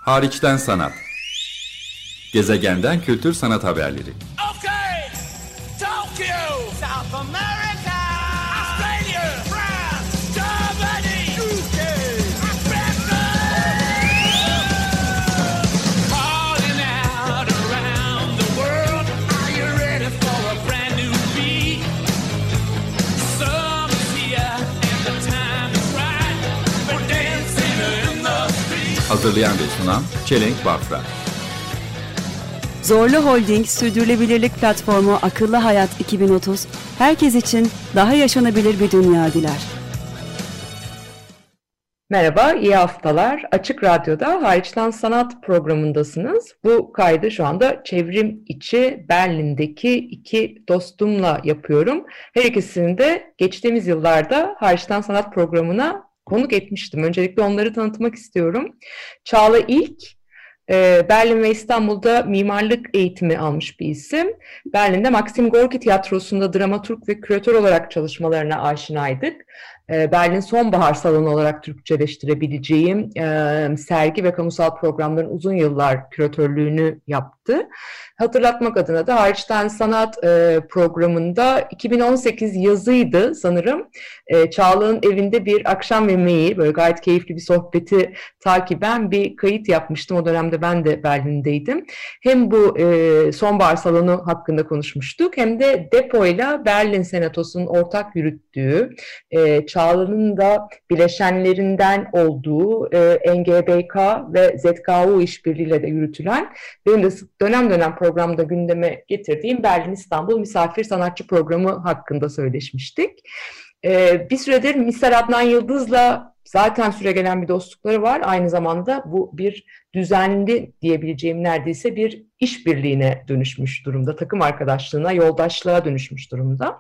Hariçten sanat. Gezegenden kültür sanat haberleri. Okay, Tokyo, South America, Australia, France, Germany, UK, Africa. Calling out around the world, are you ready for a brand new beat? Summer's here and the time is right. We're dancing in the street. Hazırlayan ve sunan Çelenk Bafra. Zorlu Holding Sürdürülebilirlik Platformu Akıllı Hayat 2030, herkes için daha yaşanabilir bir dünya diler. Merhaba, iyi haftalar. Açık Radyo'da Hariçten Sanat programındasınız. Bu kaydı şu anda çevrim içi Berlin'deki iki dostumla yapıyorum. Her ikisini de geçtiğimiz yıllarda Hariçten Sanat programına konuk etmiştim. Öncelikle onları tanıtmak istiyorum. Çağla İlk, Berlin ve İstanbul'da mimarlık eğitimi almış bir isim. Berlin'de Maxim Gorki Tiyatrosu'nda dramaturg ve küratör olarak çalışmalarına aşinaydık. Berlin Sonbahar Salonu olarak Türkçeleştirebileceğim sergi ve kamusal programların uzun yıllar küratörlüğünü yaptı. Hatırlatmak adına da Hariçten Sanat programında 2018 yazıydı sanırım. Çağla'nın evinde bir akşam yemeği, böyle gayet keyifli bir sohbeti takiben bir kayıt yapmıştım. O dönemde ben de Berlin'deydim. Hem bu Sonbahar Salonu hakkında konuşmuştuk, hem de Depo'yla Berlin Senatosu'nun ortak yürüttüğü, Çağla'nın da bileşenlerinden olduğu NGBK ve ZKU işbirliğiyle de yürütülen, benim de dönem dönem programda gündeme getirdiğim Berlin İstanbul Misafir Sanatçı Programı hakkında söyleşmiştik. Bir süredir Mr. Adnan Yıldız'la zaten süregelen bir dostlukları var. Aynı zamanda bu bir düzenli diyebileceğim neredeyse bir işbirliğine dönüşmüş durumda. Takım arkadaşlığına, yoldaşlığa dönüşmüş durumda.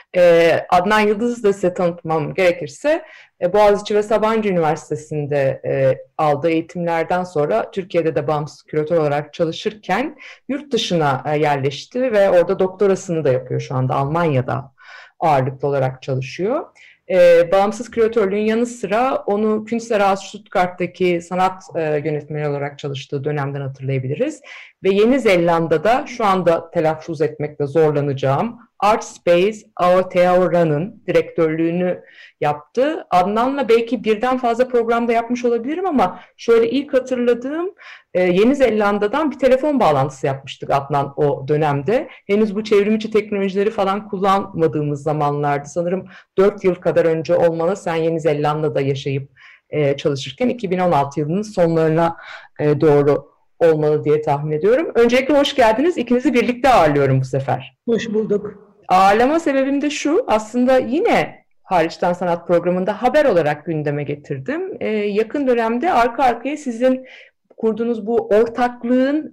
Adnan Yıldız'ı da size tanıtmam gerekirse Boğaziçi ve Sabancı Üniversitesi'nde aldığı eğitimlerden sonra Türkiye'de de bağımsız küratör olarak çalışırken yurt dışına yerleşti ve orada doktorasını da yapıyor şu anda. Almanya'da ağırlıklı olarak çalışıyor. Bağımsız küratörlüğün yanı sıra onu Künstlerhaus Stuttgart'taki sanat yönetmeni olarak çalıştığı dönemden hatırlayabiliriz. Ve Yeni Zelanda'da şu anda telaffuz etmekte zorlanacağım Art Space Aotearoa'nın direktörlüğünü yaptı. Adnan'la belki birden fazla programda yapmış olabilirim ama şöyle ilk hatırladığım Yeni Zelanda'dan bir telefon bağlantısı yapmıştık Adnan o dönemde. Henüz bu çevrimiçi teknolojileri falan kullanmadığımız zamanlardı. Sanırım 4 yıl kadar önce olmalı, sen Yeni Zelanda'da yaşayıp çalışırken 2016 yılının sonlarına doğru olmalı diye tahmin ediyorum. Öncelikle hoş geldiniz. İkinizi birlikte ağırlıyorum bu sefer. Hoş bulduk. Ağırlama sebebim de şu, aslında yine Hariçten Sanat programında haber olarak gündeme getirdim. Yakın dönemde arka arkaya sizin kurduğunuz bu ortaklığın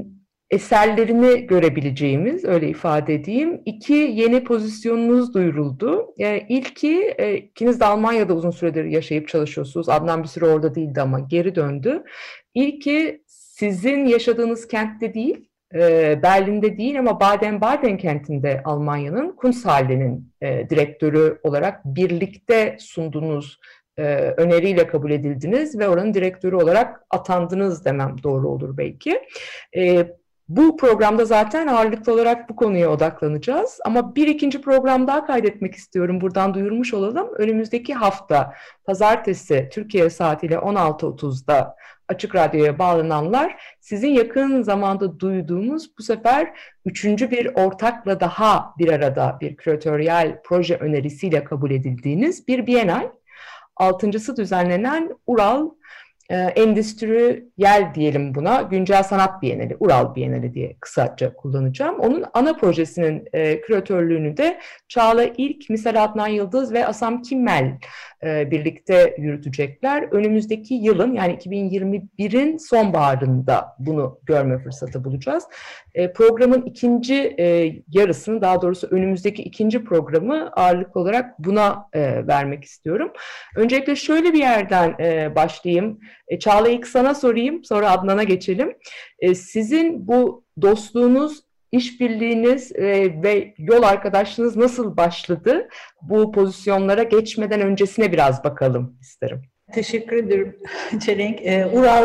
eserlerini görebileceğimiz, öyle ifade edeyim, iki yeni pozisyonunuz duyuruldu. İlki, ikiniz de Almanya'da uzun süredir yaşayıp çalışıyorsunuz. Adnan bir süre orada değildi ama geri döndü. İlki sizin yaşadığınız kentte değil, Berlin'de değil ama Baden-Baden kentinde Almanya'nın Kunsthalle'nin direktörü olarak birlikte sunduğunuz öneriyle kabul edildiniz ve oranın direktörü olarak atandınız demem doğru olur belki. Bu programda zaten ağırlıklı olarak bu konuya odaklanacağız. Ama bir ikinci program daha kaydetmek istiyorum. Buradan duyurmuş olalım. Önümüzdeki hafta Pazartesi Türkiye saatiyle 16.30'da Açık Radyo'ya bağlananlar, sizin yakın zamanda duyduğumuz bu sefer üçüncü bir ortakla daha bir arada bir küratöryel proje önerisiyle kabul edildiğiniz bir Bienal. Altıncısı düzenlenen Ural Endüstriyel diyelim buna, Güncel Sanat Bienali, Ural Bienali diye kısaca kullanacağım. Onun ana projesinin küratörlüğünü de Çağla İlk, Mr. Adnan Yıldız ve Asam Kimmel birlikte yürütecekler. Önümüzdeki yılın, yani 2021'in sonbaharında bunu görme fırsatı bulacağız. Programın ikinci yarısını, daha doğrusu önümüzdeki ikinci programı ağırlıklı olarak buna vermek istiyorum. Öncelikle şöyle bir yerden başlayayım. Çağla, ilk sana sorayım, sonra Adnan'a geçelim. Sizin bu dostluğunuz, işbirliğiniz ve yol arkadaşlığınız nasıl başladı? Bu pozisyonlara geçmeden öncesine biraz bakalım isterim. Teşekkür ederim Çelenk. Ural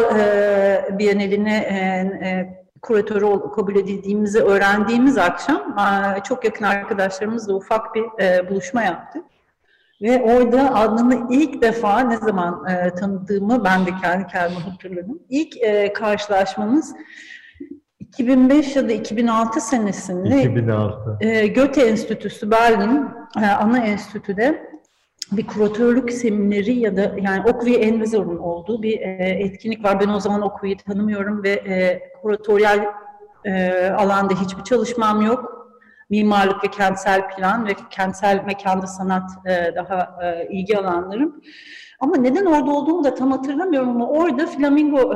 Bienali'ne kuratörü kabul edildiğimizi öğrendiğimiz akşam çok yakın arkadaşlarımızla ufak bir buluşma yaptık. Ve orada Adnan'ı ilk defa ne zaman tanıdığımı ben de kendi kendime hatırladım. İlk karşılaşmamız 2005 ya da 2006 senesinde 2006. Goethe Enstitüsü Berlin ana enstitüde bir kuratörlük semineri ya da yani Okvi Envizor'un olduğu bir etkinlik var. Ben o zaman Okvi'yi tanımıyorum ve kuratoryal alanda hiçbir çalışmam yok. Mimarlık ve kentsel plan ve kentsel mekanda sanat daha ilgi alanlarım. Ama neden orada olduğumu da tam hatırlamıyorum ama orada flamingo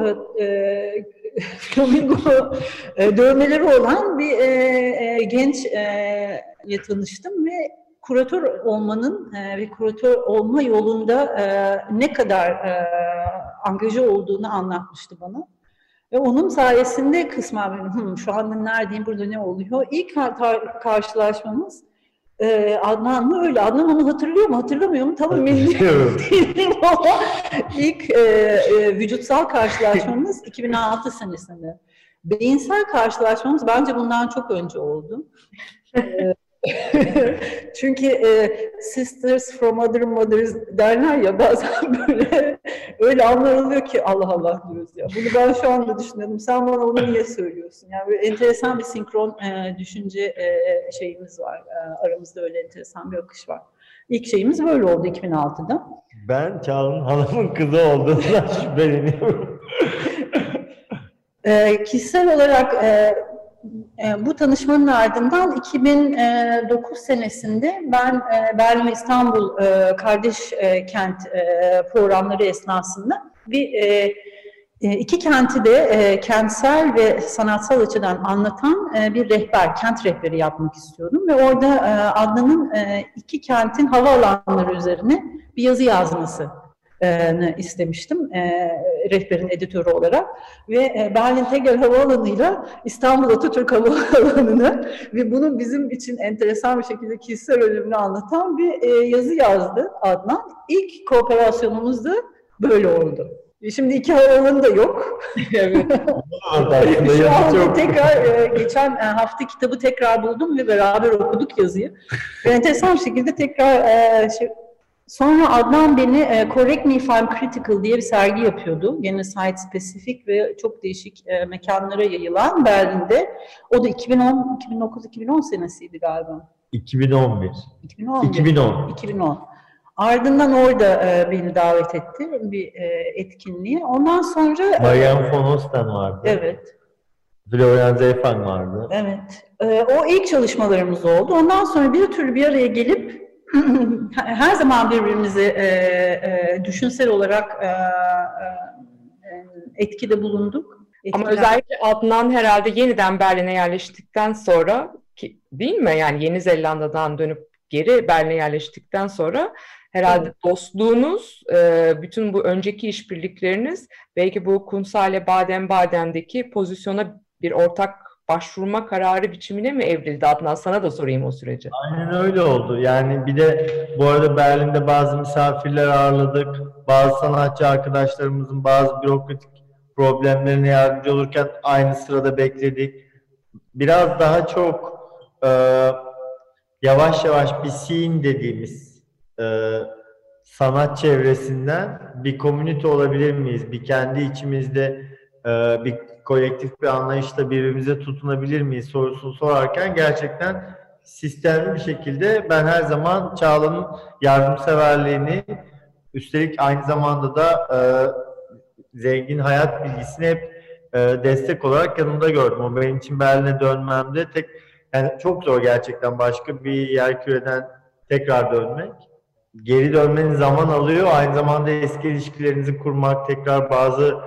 dövmeleri olan bir gençle tanıştım ve kuratör olmanın ve kuratör olma yolunda ne kadar angaja olduğunu anlatmıştı bana. Ve onun sayesinde kısmen benim şu anda neredeyim, burada ne oluyor? İlk karşılaşmamız Adnan'la öyle. Adnan onu hatırlıyor mu, hatırlamıyor mu? Tamam, emin değilim ama ilk vücutsal karşılaşmamız 2006 senesinde. Beyinsel karşılaşmamız bence bundan çok önce oldu. Çünkü sisters from other mothers derler ya, bazen böyle öyle anlar oluyor ki Allah Allah diyoruz ya. Bunu ben şu anda düşünüyorum. Sen bana onu niye söylüyorsun? Yani böyle enteresan bir sinkron düşünce şeyimiz var. Aramızda öyle enteresan bir akış var. İlk şeyimiz böyle oldu 2006'da. Ben Çağla'nın halamın kızı olduğundan şüpheleniyorum. Kişisel olarak bu tanışmanın ardından 2009 senesinde ben Berlin ve İstanbul Kardeş Kent programları esnasında iki kenti de kentsel ve sanatsal açıdan anlatan bir rehber, kent rehberi yapmak istiyordum. Ve orada Adnan'ın iki kentin havaalanları üzerine bir yazı yazması istemiştim rehberin editörü olarak ve Berlin Tegel Havaalanı'yla İstanbul Atatürk Havaalanı'nı ve bunun bizim için enteresan bir şekilde kişisel ölümünü anlatan bir yazı yazdı Adnan. İlk kooperasyonumuz da böyle oldu. Şimdi iki havaalanı da yok. Evet. Şu anda tekrar geçen hafta kitabı tekrar buldum ve beraber okuduk yazıyı. Ve enteresan bir şekilde tekrar sonra Adnan beni Correct Me If I'm Critical diye bir sergi yapıyordu. Gene site spesifik ve çok değişik mekanlara yayılan Berlin'de. O da 2009-2010 senesiydi galiba. 2011. 2010. Ardından orada beni davet etti bir etkinliğe. Ondan sonra... Marianne von Osten vardı. Evet. Florian Zeifang vardı. Evet. O ilk çalışmalarımız oldu. Ondan sonra bir türlü bir araya gelip her zaman birbirimizi düşünsel olarak etkide bulunduk. Ama özellikle Adnan herhalde yeniden Berlin'e yerleştikten sonra, değil mi? Yani Yeni Zelanda'dan dönüp geri Berlin'e yerleştikten sonra herhalde dostluğunuz, bütün bu önceki işbirlikleriniz belki bu Kunsale Baden-Baden'deki pozisyona bir ortak başvurma kararı biçimine mi evrildi? Adnan, sana da sorayım o süreci. Aynen öyle oldu. Yani bir de bu arada Berlin'de bazı misafirler ağırladık. Bazı sanatçı arkadaşlarımızın bazı bürokratik problemlerine yardımcı olurken aynı sırada bekledik. Biraz daha çok yavaş yavaş bir scene dediğimiz sanat çevresinden bir komünite olabilir miyiz? Bir kendi içimizde bir kolektif bir anlayışla birbirimize tutunabilir miyiz sorusunu sorarken gerçekten sistemli bir şekilde ben her zaman Çağla'nın yardımseverliğini, üstelik aynı zamanda da zengin hayat bilgisini hep destek olarak yanımda gördüm. O benim için Berlin'e dönmemde yani çok zor gerçekten başka bir yerküreden tekrar dönmek. Geri dönmeniz zaman alıyor. Aynı zamanda eski ilişkilerinizi kurmak, tekrar bazı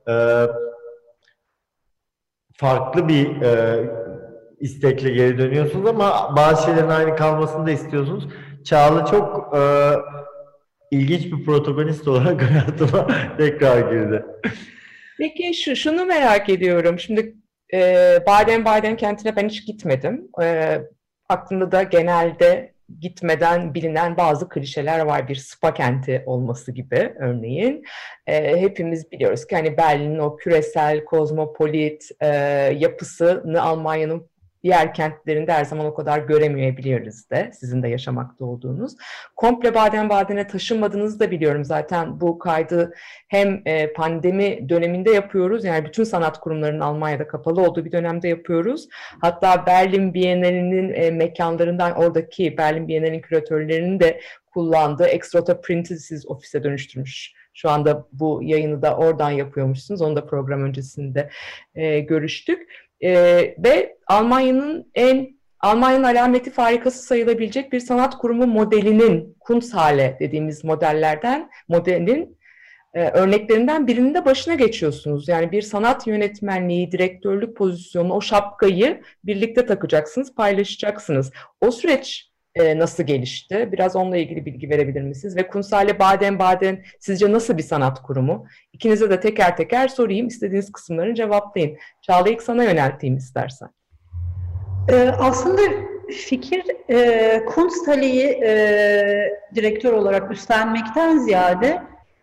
farklı bir istekle geri dönüyorsunuz ama bazı şeylerin aynı kalmasını da istiyorsunuz. Çağla çok ilginç bir protagonist olarak hayatıma tekrar girdi. Peki şunu merak ediyorum. Şimdi Baden-Baden kentine ben hiç gitmedim. Aklımda da genelde gitmeden bilinen bazı klişeler var. Bir spa kenti olması gibi örneğin. Hepimiz biliyoruz ki hani Berlin'in o küresel, kozmopolit yapısını Almanya'nın diğer kentlerinde her zaman o kadar göremeyebiliyoruz da, sizin de yaşamakta olduğunuz. Komple Baden-Baden'e taşınmadığınızı da biliyorum. Zaten bu kaydı hem pandemi döneminde yapıyoruz, yani bütün sanat kurumlarının Almanya'da kapalı olduğu bir dönemde yapıyoruz. Hatta Berlin Bienalinin mekanlarından, oradaki Berlin Bienalinin küratörlerinin de kullandığı Extrota Printesiz ofise dönüştürmüş. Şu anda bu yayını da oradan yapıyormuşsunuz. Onu da program öncesinde görüştük. Ve Almanya'nın alameti farikası sayılabilecek bir sanat kurumu modelinin, Kunsthalle dediğimiz modelin örneklerinden birinin de başına geçiyorsunuz. Yani bir sanat yönetmenliği, direktörlük pozisyonu, o şapkayı birlikte takacaksınız, paylaşacaksınız. O süreç nasıl gelişti? Biraz onunla ilgili bilgi verebilir misiniz? Ve Kunsthalle Baden-Baden sizce nasıl bir sanat kurumu? İkinize de teker teker sorayım. İstediğiniz kısımlarını cevaplayın. Çağla, ilk sana yönelteyim istersen. Aslında fikir Kunsthalle'yi direktör olarak üstlenmekten ziyade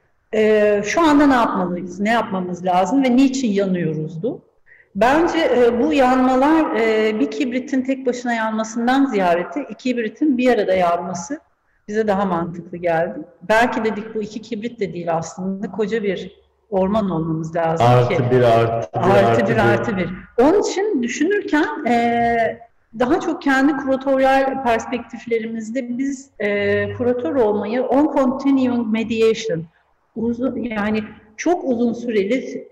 şu anda ne yapmalıyız, ne yapmamız lazım ve niçin yanıyoruzdu. Bence bu yanmalar bir kibritin tek başına yanmasından ziyade iki kibritin bir arada yanması bize daha mantıklı geldi. Belki dedik bu iki kibrit de değil aslında, koca bir orman olmamız lazım. Artı bir. Onun için düşünürken daha çok kendi kuratoryal perspektiflerimizde biz kuratör olmayı on continuing mediation, yani çok uzun süreli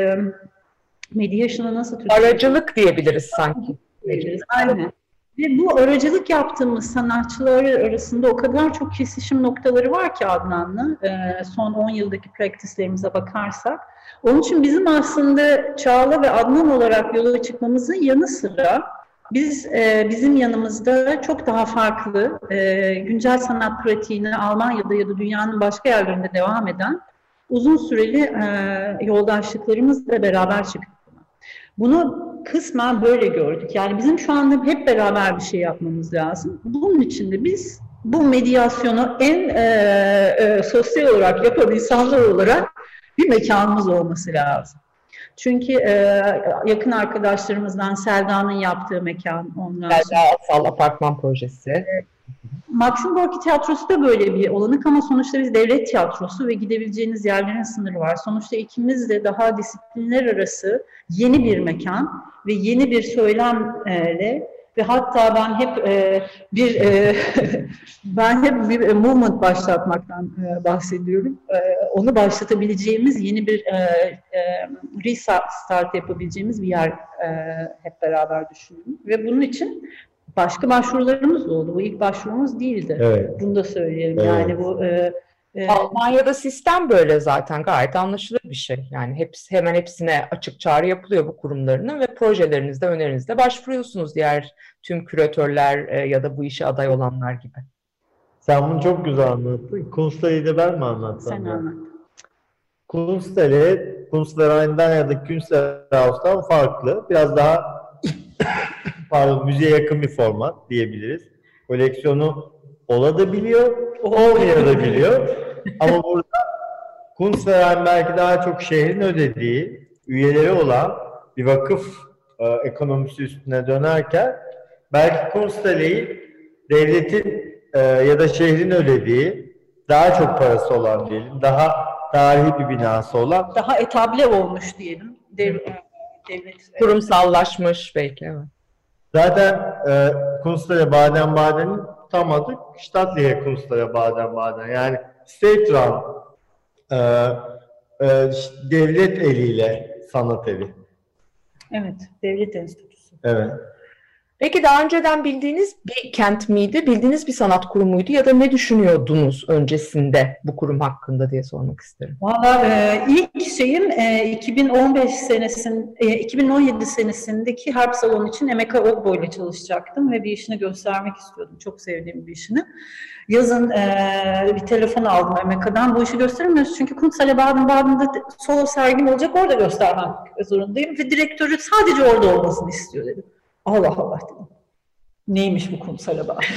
mediation'a nasıl aracılık diyebiliriz sanki. Aynen. Ve bu aracılık yaptığımız sanatçılar arasında o kadar çok kesişim noktaları var ki Adnan'la, son 10 yıldaki practice'lerimize bakarsak. Onun için bizim aslında Çağla ve Adnan olarak yola çıkmamızın yanı sıra bizim yanımızda çok daha farklı güncel sanat pratiğini Almanya'da ya da dünyanın başka yerlerinde devam eden uzun süreli yoldaşlıklarımızla beraber çıktık. Bunu kısmen böyle gördük. Yani bizim şu anda hep beraber bir şey yapmamız lazım. Bunun için de biz bu medyasyonu en sosyal olarak yapan insanlar olarak bir mekanımız olması lazım. Çünkü yakın arkadaşlarımızdan Selda'nın yaptığı mekan, Selda Asal Apartman Projesi. Maxim Gorki Tiyatrosu da böyle bir olanak ama sonuçta biz devlet tiyatrosu ve gidebileceğiniz yerlerin sınırı var. Sonuçta ikimiz de daha disiplinler arası yeni bir mekan ve yeni bir söylemle ve hatta ben hep bir movement başlatmaktan bahsediyorum. Onu başlatabileceğimiz yeni bir restart yapabileceğimiz bir yer hep beraber düşünüyorum. Ve bunun için başka başvurularımız da oldu. Bu ilk başvurumuz değildi. Evet. Bunu da söyleyelim. Evet. Yani bu Almanya'da sistem böyle zaten, gayet anlaşılır bir şey. Yani hemen hepsine açık çağrı yapılıyor bu kurumlarının ve projelerinizde, önerinizde başvuruyorsunuz diğer tüm küratörler ya da bu işe aday olanlar gibi. Sen bunu çok güzel anlattın. Kunsthalle'yi de ben mi anlatsam? sen anlat. Kunstler'den ya da Künstlerhaus'tan farklı. Biraz daha müziğe yakın bir format diyebiliriz. Koleksiyonu olabiliyor, olmayabiliyor. Ama burada Kunstverein belki daha çok şehrin ödediği, üyeleri olan bir vakıf ekonomisi üstüne dönerken belki Kunsthalle'yi devletin ya da şehrin ödediği, daha çok parası olan diyelim, daha tarihi bir binası olan, Daha etable olmuş diyelim. Devlet. Kurumsallaşmış belki, evet. zaten Kunsthalle Baden-Baden'in tam adı Staatliche Kunsthalle Baden-Baden. Yani state run, devlet eliyle sanat evi. Evet, devlet enstitüsü. Evet. Peki daha önceden bildiğiniz bir kent miydi, bildiğiniz bir sanat kurumuydu ya da ne düşünüyordunuz öncesinde bu kurum hakkında diye sormak isterim. Valla ilk şeyim 2017 senesindeki harp salonu için Emeka Ogbo ile çalışacaktım ve bir işini göstermek istiyordum. Çok sevdiğim bir işini. Yazın bir telefon aldım Emeka'dan. Bu işi gösteremiyoruz çünkü Kunsthalle Baden-Baden'da solo sergim olacak, orada göstermek zorundayım ve direktörü sadece orada olmasını istiyor dedim. Allah Allah dedim. Neymiş bu kumsala bağlı?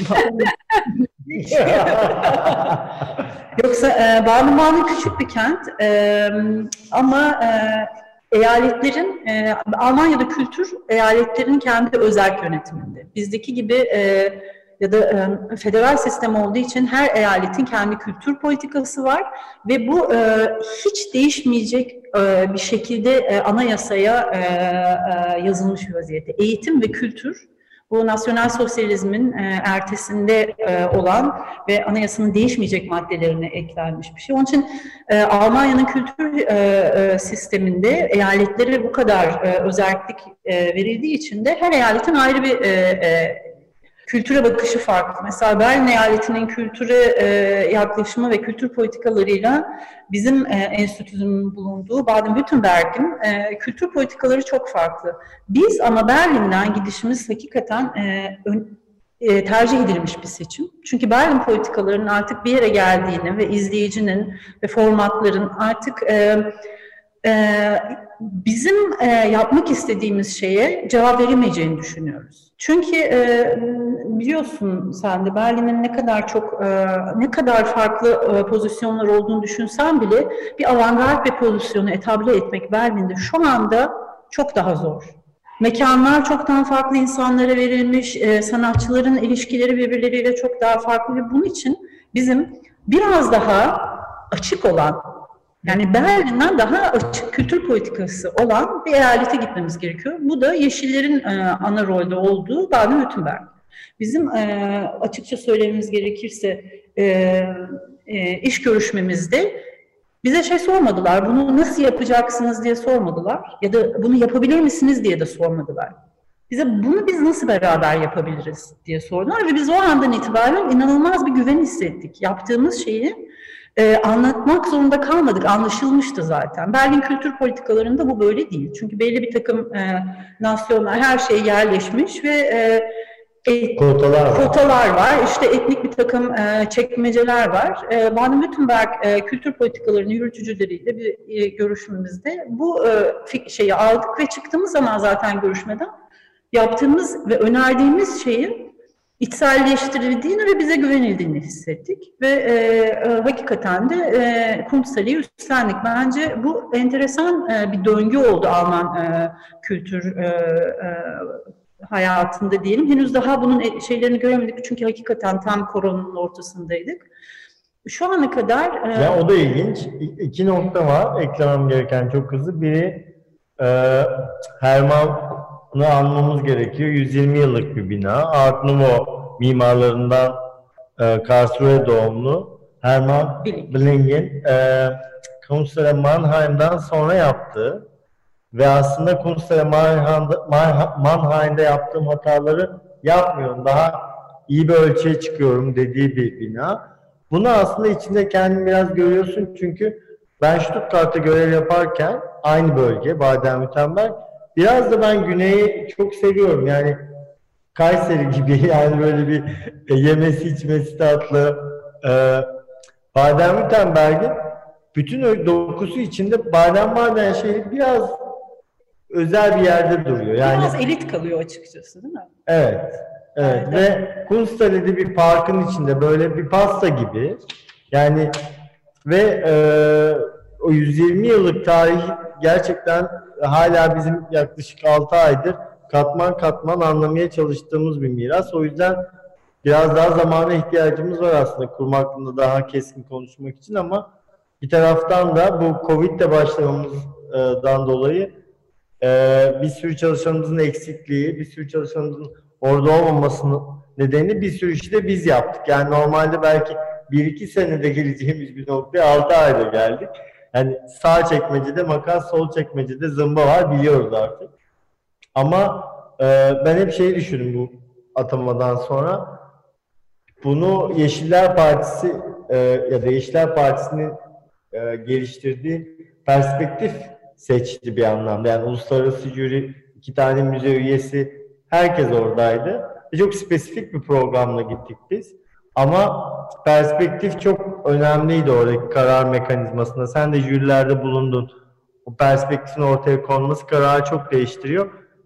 Yoksa Baden-Baden küçük bir kent ama eyaletlerin, Almanya'da kültür eyaletlerin kendi özerk yönetiminde. Bizdeki gibi ya da federal sistem olduğu için her eyaletin kendi kültür politikası var ve bu hiç değişmeyecek bir şekilde anayasaya yazılmış bir vaziyette. Eğitim ve kültür, bu nasyonal sosyalizmin ertesinde olan ve anayasanın değişmeyecek maddelerine eklenmiş bir şey. Onun için Almanya'nın kültür sisteminde eyaletlere bu kadar özellik verildiği için de her eyaletin ayrı bir kültüre bakışı farklı. Mesela Berlin eyaletinin kültüre yaklaşımı ve kültür politikalarıyla bizim enstitümüzün bulunduğu Baden-Württemberg'in kültür politikaları çok farklı. Biz ama Berlin'den gidişimiz hakikaten tercih edilmiş bir seçim. Çünkü Berlin politikalarının artık bir yere geldiğini ve izleyicinin ve formatların artık bizim yapmak istediğimiz şeye cevap veremeyeceğini düşünüyoruz. Çünkü biliyorsun sen de Berlin'in ne kadar çok, ne kadar farklı pozisyonlar olduğunu düşünsen bile bir avantgard bir pozisyonu etable etmek Berlin'de şu anda çok daha zor. Mekanlar çoktan farklı insanlara verilmiş, sanatçıların ilişkileri birbirleriyle çok daha farklı ve bunun için bizim biraz daha açık olan, yani Berlin'den daha açık kültür politikası olan bir eyalete gitmemiz gerekiyor. Bu da Yeşillerin ana rolde olduğu Baden-Württemberg. Bizim açıkça söylememiz gerekirse iş görüşmemizde bize şey sormadılar, bunu nasıl yapacaksınız diye sormadılar ya da bunu yapabilir misiniz diye de sormadılar. Bize bunu biz nasıl beraber yapabiliriz diye sordular ve biz o andan itibaren inanılmaz bir güven hissettik. Yaptığımız şeyi anlatmak zorunda kalmadık, anlaşılmıştı zaten. Berlin kültür politikalarında bu böyle değil. Çünkü belli bir takım nasyonlar, her şey yerleşmiş ve kotalar var. İşte etnik bir takım çekmeceler var. Baden-Württemberg kültür politikalarının yürütücüleriyle bir görüşmemizde bu şeyi aldık ve çıktığımız zaman zaten görüşmeden yaptığımız ve önerdiğimiz şeyi içselleştirildiğini ve bize güvenildiğini hissettik ve hakikaten de Kunsthalle üstlendik. Bence bu enteresan bir döngü oldu Alman kültür hayatında diyelim. Henüz daha bunun şeylerini göremedik çünkü hakikaten tam koronanın ortasındaydık. Şu ana kadar... Ya o da ilginç. İki nokta var eklemem gereken çok hızlı. Biri Hermann'ı anmamız gerekiyor. 120 yıllık bir bina. Art Nouveau mimarlarından Karlsruhe doğumlu Hermann Billingen Kunsthalle Mannheim'dan sonra yaptığı ve aslında Kunsthalle Mannheim'de yaptığım hataları yapmıyorum. Daha iyi bir ölçüye çıkıyorum dediği bir bina. Bunu aslında içinde kendini biraz görüyorsun çünkü ben Stuttgart'ta görev yaparken aynı bölge Baden-Württemberg biraz da ben güneyi çok seviyorum yani Kayseri gibi yani böyle bir yemesi içmesi tatlı Baden-Württemberg'in bütün dokusu içinde Baden-Baden şehri biraz özel bir yerde duruyor. Yani biraz elit kalıyor açıkçası değil mi? Evet. Evet ve Kunsthalle'de bir parkın içinde böyle bir pasta gibi yani ve o 120 yıllık tarih gerçekten hala bizim yaklaşık 6 aydır katman katman anlamaya çalıştığımız bir miras. O yüzden biraz daha zamana ihtiyacımız var aslında kurma hakkında daha keskin konuşmak için ama bir taraftan da bu Covid'le başlamamızdan dolayı bir sürü çalışanımızın eksikliği, bir sürü çalışanımızın orada olmamasının nedeni bir sürü işi de biz yaptık. Yani normalde belki 1-2 senede geleceğimiz bir noktaya 6 ayda geldik. Yani sağ çekmecede makas, sol çekmecede zımba var biliyoruz artık. Ama ben hep şeyi düşündüm bu atamadan sonra. Bunu Yeşiller Partisi ya da Yeşiller Partisi'nin geliştirdiği perspektif seçti bir anlamda. Yani uluslararası jüri, 2 tane müze üyesi, herkes oradaydı. Çok spesifik bir programla gittik biz. Ama perspektif çok önemliydi oradaki karar mekanizmasında. Sen de jürilerde bulundun. O perspektifin ortaya konması kararı çok değiştiriyor.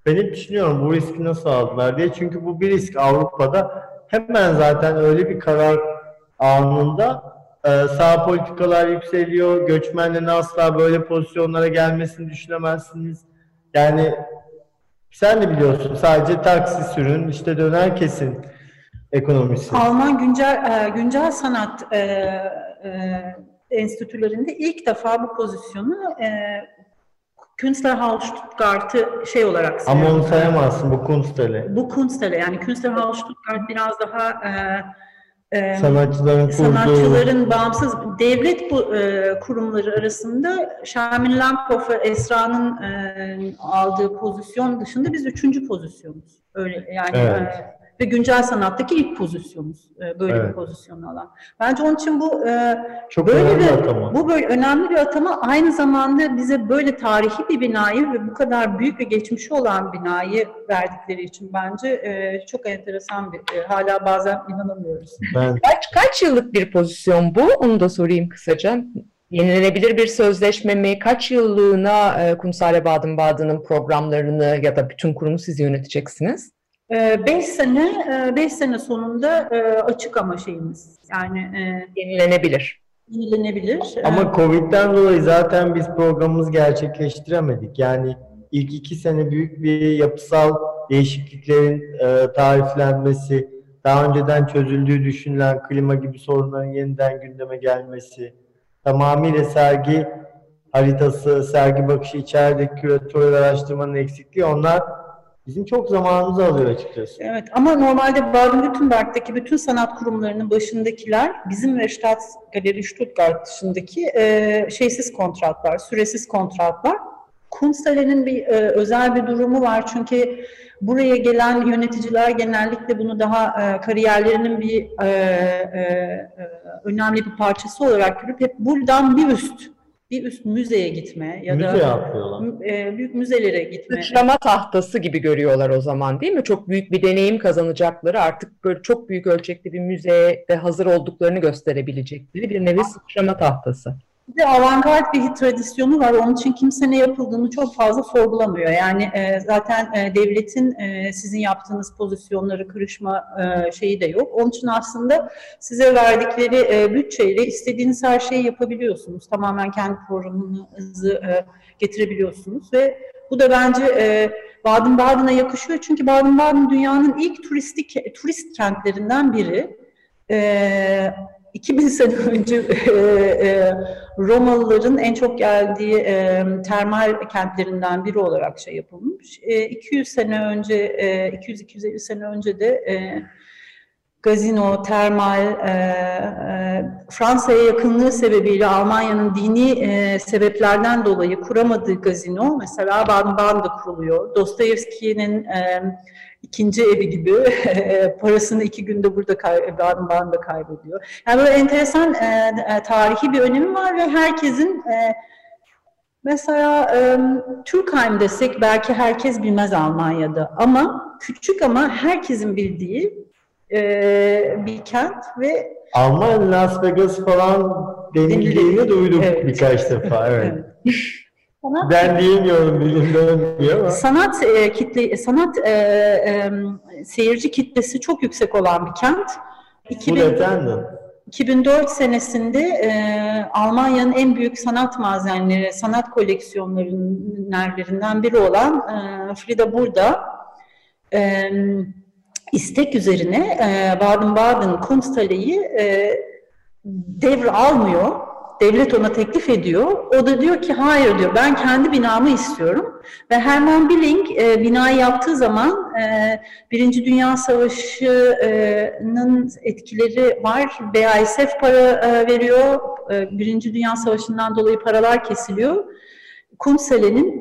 Ben hep düşünüyorum bu riski nasıl aldılar diye. Çünkü bu bir risk Avrupa'da. Hemen zaten öyle bir karar anında sağ politikalar yükseliyor. Göçmenlerin asla böyle pozisyonlara gelmesini düşünemezsiniz. Yani sen de biliyorsun sadece taksi sürün, işte döner kesin ekonomisi. Alman güncel sanat enstitülerinde ilk defa bu pozisyonu Künstlerhaus Stuttgart'ı şey olarak Ama onu sayamazsın, bu Kunsthalle. Bu Kunsthalle, yani Künstlerhaus Stuttgart biraz daha Sanatçıların kurduğu... sanatçıların bağımsız devlet kurumları arasında Şamil Lamphoff ve Esra'nın aldığı pozisyon dışında biz 3. pozisyonuz. Öyle yani Evet. Ve güncel sanattaki ilk pozisyonumuz böyle Evet. bir pozisyonu alan. Bence onun için bu Çok böyle önemli bir atama. bu böyle önemli bir atama, aynı zamanda bize böyle tarihi bir binayı ve bu kadar büyük bir geçmişi olan binayı verdikleri için bence çok enteresan bir hala bazen inanamıyoruz. Ben Kaç yıllık bir pozisyon bu? Onu da sorayım kısaca. Yenilenebilir bir sözleşme mi? Kaç yıllığına Kunsthalle Baden-Baden'ın programlarını ya da bütün kurumu siz yöneteceksiniz? 5 sene sonunda açık ama şeyimiz yani Yenilenebilir. yenilenebilir. ama Covid'den dolayı zaten biz programımızı gerçekleştiremedik. Yani ilk 2 sene büyük bir yapısal değişikliklerin tariflenmesi, daha önceden çözüldüğü düşünülen klima gibi sorunların yeniden gündeme gelmesi, tamamıyla sergi haritası, sergi bakışı, içerideki küratörel araştırmanın eksikliği, onlar bizim çok zamanımızı alıyor açıkçası. Evet, ama normalde Baden-Württemberg'deki bütün sanat kurumlarının başındakiler bizim ve Staatsgalerie Stuttgart dışındaki şeysiz kontratlar, süresiz kontratlar. Kunsthalle'nin bir özel bir durumu var çünkü buraya gelen yöneticiler genellikle bunu daha kariyerlerinin bir önemli bir parçası olarak görüp hep buradan bir üst müzeye gitme ya Müze da yapıyorlar. büyük müzelere gitme. Sıçrama tahtası gibi görüyorlar o zaman, değil mi? Çok büyük bir deneyim kazanacakları, artık böyle çok büyük ölçekli bir müzeye hazır olduklarını gösterebilecekleri bir nevi sıçrama tahtası. Bir de avantgard bir tradisyonu var. Onun için kimse ne yapıldığını çok fazla sorgulamıyor. Yani zaten devletin sizin yaptığınız pozisyonları kırışma şeyi de yok. Onun için aslında size verdikleri bütçeyle istediğiniz her şeyi yapabiliyorsunuz. Tamamen kendi programınızı getirebiliyorsunuz ve bu da bence Baden-Baden'a yakışıyor. Çünkü Baden-Baden dünyanın ilk turist kentlerinden biri. 2000 sene önce Romalıların en çok geldiği termal kentlerinden biri olarak şey yapılmış. 200 sene önce, 200-250 sene önce de gazino, termal, Fransa'ya yakınlığı sebebiyle Almanya'nın dini sebeplerden dolayı kuramadığı gazino mesela Baden-Baden'da kuruluyor. Dostoyevski'nin ikinci evi gibi parasını 2 günde burada Baden-Baden'da kaybediyor. Yani böyle enteresan tarihi bir önemi var ve herkesin mesela Türkheim desek belki herkes bilmez Almanya'da ama küçük ama herkesin bildiği bir kent ve Alman Las Vegas falan denildiğini duydum birkaç defa. Evet. Ben diyemiyorum, dilim dönmüyor ama. Sanat seyirci kitlesi çok yüksek olan bir kent. 2004 senesinde Almanya'nın en büyük sanat malzemeleri, sanat koleksiyonlarından biri olan Frida Burda istek üzerine Baden-Baden Kunsthalle'yi devralmıyor. Devlet ona teklif ediyor. O da diyor ki hayır diyor, ben kendi binamı istiyorum. Ve Hermann Billing binayı yaptığı zaman Birinci Dünya Savaşı'nın etkileri var. BASF para veriyor. Birinci Dünya Savaşı'ndan dolayı paralar kesiliyor. Kunsthalle'nin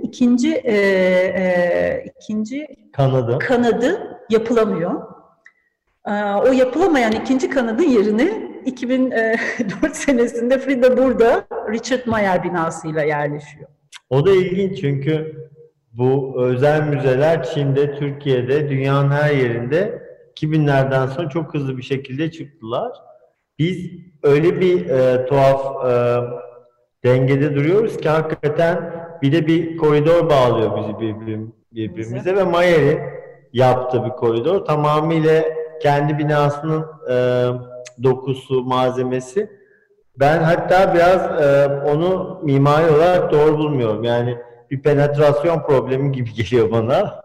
ikinci kanadı yapılamıyor. O yapılamayan ikinci kanadın yerine 2004 senesinde Frida Burda Richard Mayer binasıyla yerleşiyor. O da ilginç çünkü bu özel müzeler Çin'de, Türkiye'de, dünyanın her yerinde 2000'lerden sonra çok hızlı bir şekilde çıktılar. Biz öyle bir tuhaf dengede duruyoruz ki hakikaten bir de bir koridor bağlıyor bizi birbirimize ve Mayer'in yaptığı bir koridor. Tamamıyla kendi binasının dokusu, malzemesi. Ben hatta biraz onu mimari olarak doğru bulmuyorum. Yani bir penetrasyon problemi gibi geliyor bana.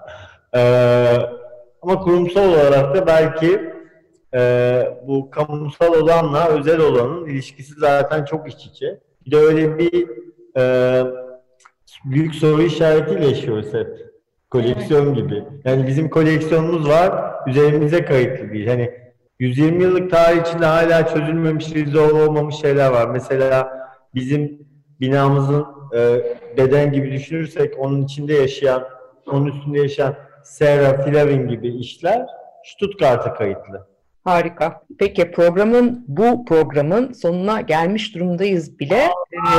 Ama kurumsal olarak da belki bu kamusal olanla özel olanın ilişkisi zaten çok iç içe. Bir de öyle bir büyük soru işaretiyle yaşıyoruz hep. Koleksiyon gibi. Yani bizim koleksiyonumuz var, üzerimize kayıtlı değil. Hani 120 yıllık tarih içinde hala çözülmemiş, resolve olmamış şeyler var. Mesela bizim binamızın beden gibi düşünürsek onun içinde yaşayan, onun üstünde yaşayan Sarah Flavin gibi işler Stuttgart'a kayıtlı. Harika. Peki bu programın sonuna gelmiş durumdayız bile.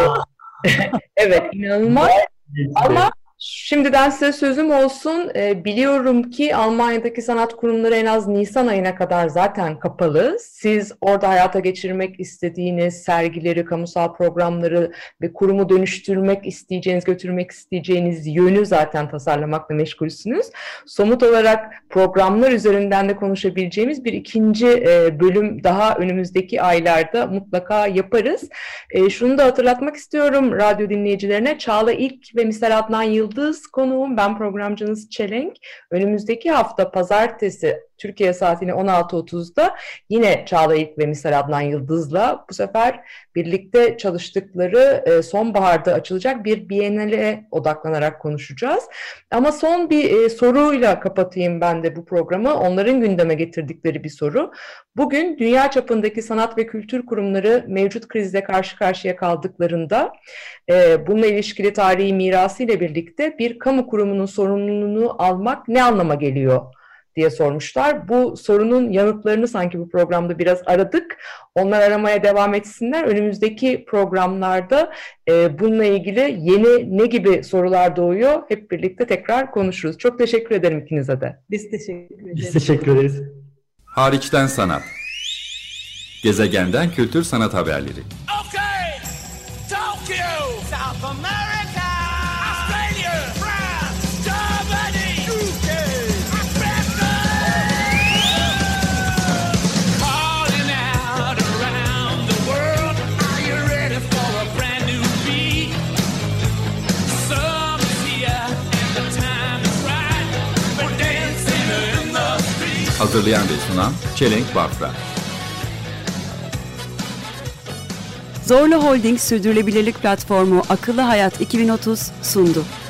Evet, inanılmaz. Ama şimdiden size sözüm olsun. Biliyorum ki Almanya'daki sanat kurumları en az Nisan ayına kadar zaten kapalı. Siz orada hayata geçirmek istediğiniz sergileri, kamusal programları ve kurumu dönüştürmek isteyeceğiniz, götürmek isteyeceğiniz yönü zaten tasarlamakla meşgulsünüz. Somut olarak programlar üzerinden de konuşabileceğimiz bir ikinci bölüm daha önümüzdeki aylarda mutlaka yaparız. Şunu da hatırlatmak istiyorum radyo dinleyicilerine. Çağla İlk ve Misal Adnan Yıldız konuğum. Ben programcınız Çelenk. Önümüzdeki hafta pazartesi Türkiye saatine 16.30'da yine Çağla İlk ve Misal Adnan Yıldız'la bu sefer birlikte çalıştıkları sonbaharda açılacak bir Biennale odaklanarak konuşacağız. Ama son bir soruyla kapatayım ben de bu programı. Onların gündeme getirdikleri bir soru. Bugün dünya çapındaki sanat ve kültür kurumları mevcut krizle karşı karşıya kaldıklarında bununla ilişkili tarihi mirası ile birlikte bir kamu kurumunun sorumluluğunu almak ne anlama geliyor diye sormuşlar. Bu sorunun yanıtlarını sanki bu programda biraz aradık. Onlar aramaya devam etsinler. Önümüzdeki programlarda bununla ilgili yeni ne gibi sorular doğuyor? Hep birlikte tekrar konuşuruz. Çok teşekkür ederim ikinize de. Biz teşekkür ederiz. Biz teşekkür ederiz. Hariçten sanat. Gezegenden kültür sanat haberleri. Okay, Tokyo, South America, Australia, France, Germany, UK, Africa. Calling out around the world, are you ready for a brand new beat? Summer's here and the time is right. We're dancing in the street. Hazırlayan ve sunan Çelenk Bafra. Zorlu Holding Sürdürülebilirlik Platformu Akıllı Hayat 2030 sundu.